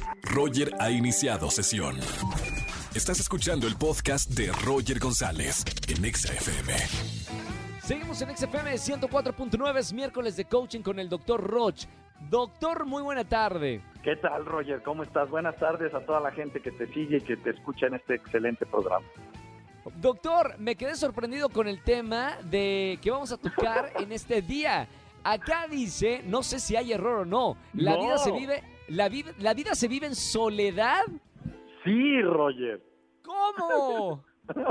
Roger ha iniciado sesión. Estás escuchando el podcast de Roger González en Exa FM. Seguimos en XFM 104.9, es miércoles de coaching con el Dr. Roch. Doctor, muy buena tarde. ¿Qué tal, Roger? ¿Cómo estás? Buenas tardes a toda la gente que te sigue y que te escucha en este excelente programa. Doctor, me quedé sorprendido con el tema de que vamos a tocar en este día. Acá dice, no sé si hay error o no, la vida se vive, la vida se vive en soledad. Sí, Roger. ¿Cómo?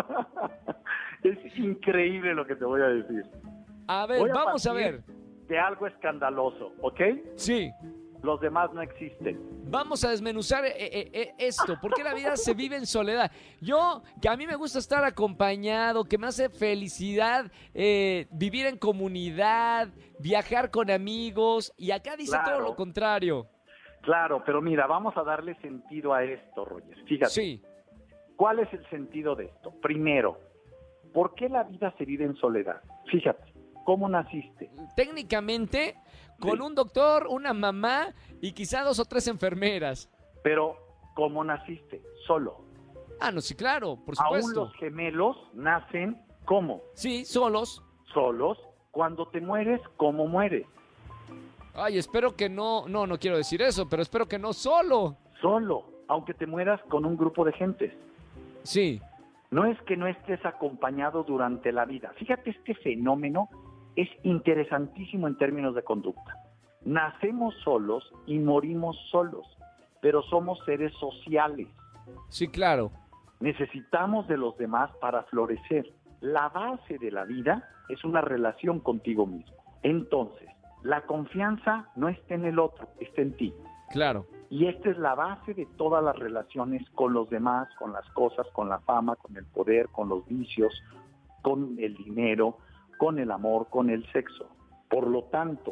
Es increíble lo que te voy a decir. A ver, vamos a ver. De algo escandaloso, ¿ok? Sí. Los demás no existen. Vamos a desmenuzar esto. ¿Por qué la vida se vive en soledad? Yo, que a mí me gusta estar acompañado, que me hace felicidad vivir en comunidad, viajar con amigos, y acá dice todo lo contrario. Claro, pero mira, vamos a darle sentido a esto, Roger. Fíjate. Sí. ¿Cuál es el sentido de esto? Primero, ¿por qué la vida se vive en soledad? Fíjate, ¿cómo naciste? Técnicamente, con un doctor, una mamá y quizá 2 o 3 enfermeras. Pero, ¿cómo naciste? Solo. Ah, no, sí, claro, por supuesto. Aún los gemelos nacen, ¿cómo? Sí, solos. Solos. Cuando te mueres, ¿cómo mueres? Ay, espero que no quiero decir eso, pero espero que no solo. Solo, aunque te mueras con un grupo de gentes. Sí. No es que no estés acompañado durante la vida. Fíjate, este fenómeno es interesantísimo en términos de conducta. Nacemos solos y morimos solos, pero somos seres sociales. Sí, claro. Necesitamos de los demás para florecer. La base de la vida es una relación contigo mismo. Entonces, la confianza no está en el otro, está en ti. Claro. Y esta es la base de todas las relaciones con los demás, con las cosas, con la fama, con el poder, con los vicios, con el dinero, con el amor, con el sexo. Por lo tanto,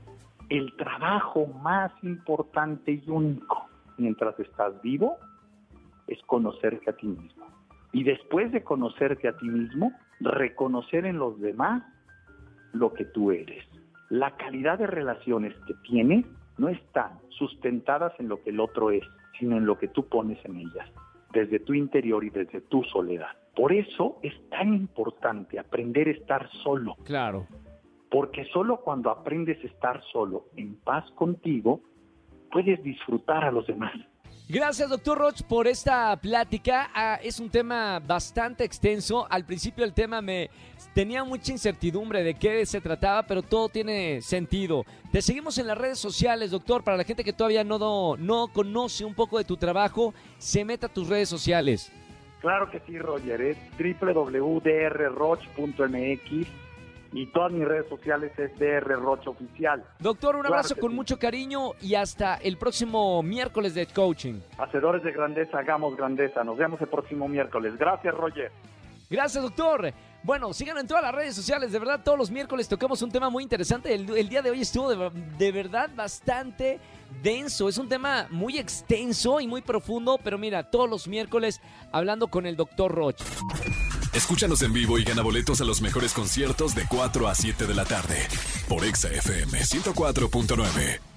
el trabajo más importante y único mientras estás vivo es conocerte a ti mismo. Y después de conocerte a ti mismo, reconocer en los demás lo que tú eres. La calidad de relaciones que tienes no están sustentadas en lo que el otro es, sino en lo que tú pones en ellas, desde tu interior y desde tu soledad. Por eso es tan importante aprender a estar solo. Claro. Porque solo cuando aprendes a estar solo, en paz contigo, puedes disfrutar a los demás. Gracias, doctor Roch, por esta plática. Es un tema bastante extenso. Al principio el tema me tenía mucha incertidumbre de qué se trataba, pero todo tiene sentido. Te seguimos en las redes sociales, doctor. Para la gente que todavía no conoce un poco de tu trabajo, se meta a tus redes sociales. Claro que sí, Roger. Es www.drroch.mx y todas mis redes sociales es DR Roch Oficial. Doctor, un abrazo con sí. mucho cariño y hasta el próximo miércoles de coaching. Hacedores de grandeza, hagamos grandeza. Nos vemos el próximo miércoles. Gracias, Roger. Gracias, doctor. Bueno, síganos en todas las redes sociales. De verdad, todos los miércoles tocamos un tema muy interesante. El día de hoy estuvo de verdad bastante denso. Es un tema muy extenso y muy profundo. Pero mira, todos los miércoles hablando con el doctor Roch. Escúchanos en vivo y gana boletos a los mejores conciertos de 4 a 7 de la tarde por Exa FM 104.9.